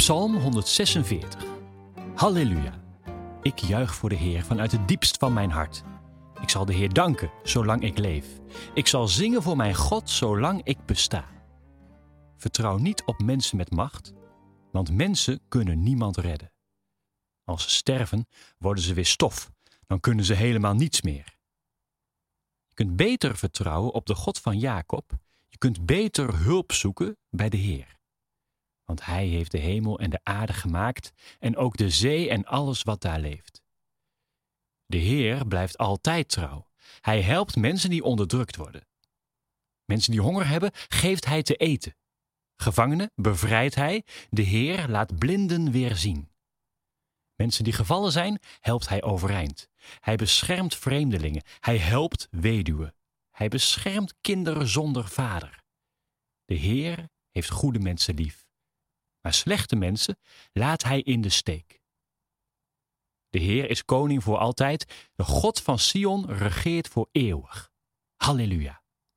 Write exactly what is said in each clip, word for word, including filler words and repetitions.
Psalm honderdzesenveertig. Halleluja. Ik juich voor de Heer vanuit het diepst van mijn hart. Ik zal de Heer danken, zolang ik leef. Ik zal zingen voor mijn God, zolang ik besta. Vertrouw niet op mensen met macht, want mensen kunnen niemand redden. Als ze sterven, worden ze weer stof. Dan kunnen ze helemaal niets meer. Je kunt beter vertrouwen op de God van Jacob. Je kunt beter hulp zoeken bij de Heer. Want Hij heeft de hemel en de aarde gemaakt en ook de zee en alles wat daar leeft. De Heer blijft altijd trouw. Hij helpt mensen die onderdrukt worden. Mensen die honger hebben, geeft Hij te eten. Gevangenen bevrijdt Hij. De Heer laat blinden weer zien. Mensen die gevallen zijn, helpt Hij overeind. Hij beschermt vreemdelingen. Hij helpt weduwen. Hij beschermt kinderen zonder vader. De Heer heeft goede mensen lief. Maar slechte mensen laat Hij in de steek. De Heer is koning voor altijd. De God van Sion regeert voor eeuwig. Halleluja.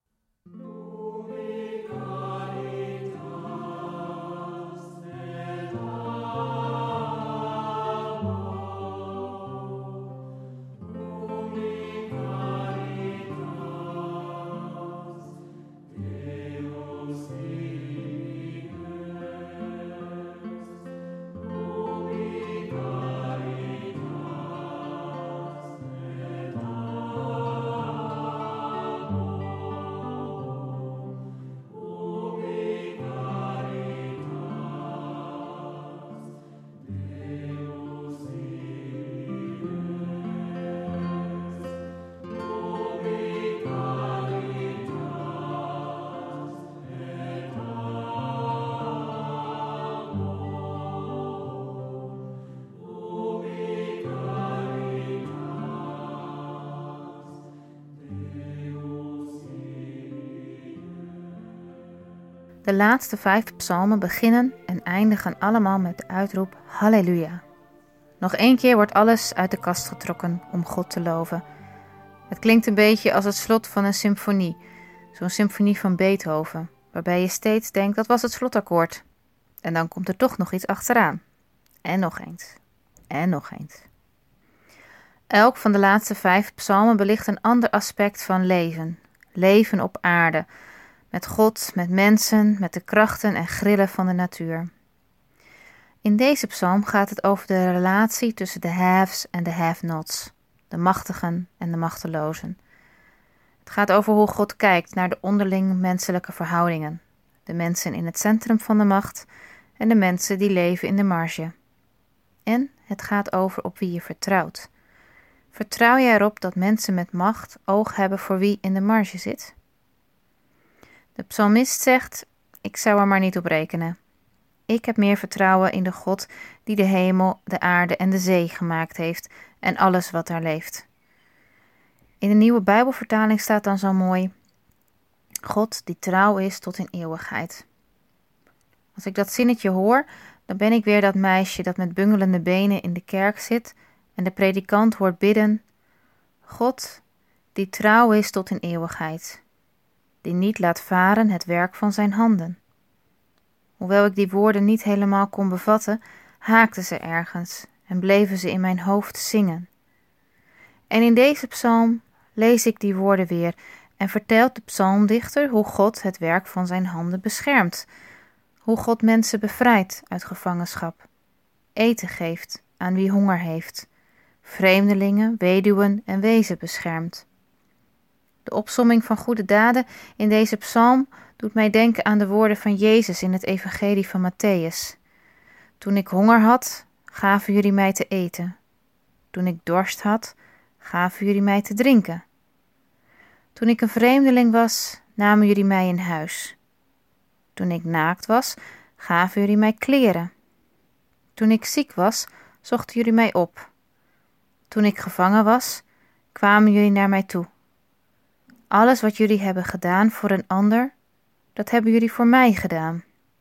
De laatste vijf psalmen beginnen en eindigen allemaal met de uitroep Halleluja. Nog één keer wordt alles uit de kast getrokken om God te loven. Het klinkt een beetje als het slot van een symfonie, zo'n symfonie van Beethoven, waarbij je steeds denkt dat was het slotakkoord. En dan komt er toch nog iets achteraan. En nog eens. En nog eens. Elk van de laatste vijf psalmen belicht een ander aspect van leven. Leven op aarde. Met God, met mensen, met de krachten en grillen van de natuur. In deze psalm gaat het over de relatie tussen de haves en de have-nots, de machtigen en de machtelozen. Het gaat over hoe God kijkt naar de onderling menselijke verhoudingen, de mensen in het centrum van de macht en de mensen die leven in de marge. En het gaat over op wie je vertrouwt. Vertrouw je erop dat mensen met macht oog hebben voor wie in de marge zit? De psalmist zegt, ik zou er maar niet op rekenen. Ik heb meer vertrouwen in de God die de hemel, de aarde en de zee gemaakt heeft en alles wat daar leeft. In de nieuwe Bijbelvertaling staat dan zo mooi, God die trouw is tot in eeuwigheid. Als ik dat zinnetje hoor, dan ben ik weer dat meisje dat met bungelende benen in de kerk zit en de predikant hoort bidden, God die trouw is tot in eeuwigheid. Die niet laat varen het werk van zijn handen. Hoewel ik die woorden niet helemaal kon bevatten, haakten ze ergens en bleven ze in mijn hoofd zingen. En in deze psalm lees ik die woorden weer en vertelt de psalmdichter hoe God het werk van zijn handen beschermt, hoe God mensen bevrijdt uit gevangenschap, eten geeft aan wie honger heeft, vreemdelingen, weduwen en wezen beschermt. De opsomming van goede daden in deze psalm doet mij denken aan de woorden van Jezus in het evangelie van Mattheüs. Toen ik honger had, gaven jullie mij te eten. Toen ik dorst had, gaven jullie mij te drinken. Toen ik een vreemdeling was, namen jullie mij in huis. Toen ik naakt was, gaven jullie mij kleren. Toen ik ziek was, zochten jullie mij op. Toen ik gevangen was, kwamen jullie naar mij toe. Alles wat jullie hebben gedaan voor een ander, dat hebben jullie voor mij gedaan.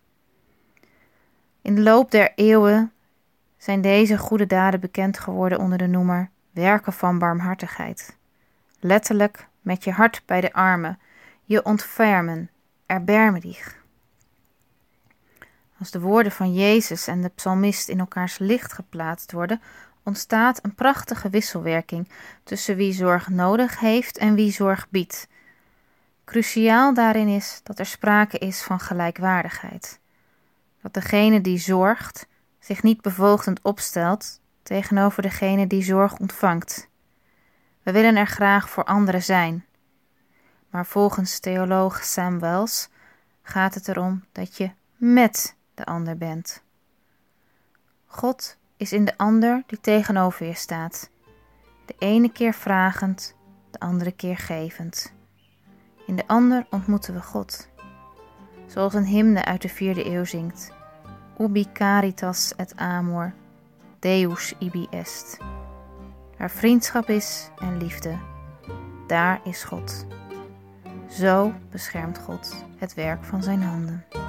In de loop der eeuwen zijn deze goede daden bekend geworden onder de noemer werken van barmhartigheid. Letterlijk met je hart bij de armen, je ontfermen, erbarmen dich. Als de woorden van Jezus en de psalmist in elkaars licht geplaatst worden, ontstaat een prachtige wisselwerking tussen wie zorg nodig heeft en wie zorg biedt. Cruciaal daarin is dat er sprake is van gelijkwaardigheid. Dat degene die zorgt zich niet bevoogdend opstelt tegenover degene die zorg ontvangt. We willen er graag voor anderen zijn. Maar volgens theoloog Sam Wells gaat het erom dat je met de ander bent. God is in de ander die tegenover je staat. De ene keer vragend, de andere keer gevend. In de ander ontmoeten we God. Zoals een hymne uit de vierde eeuw zingt. Ubi caritas et amor, Deus ibi est. Waar vriendschap is en liefde, daar is God. Zo beschermt God het werk van zijn handen.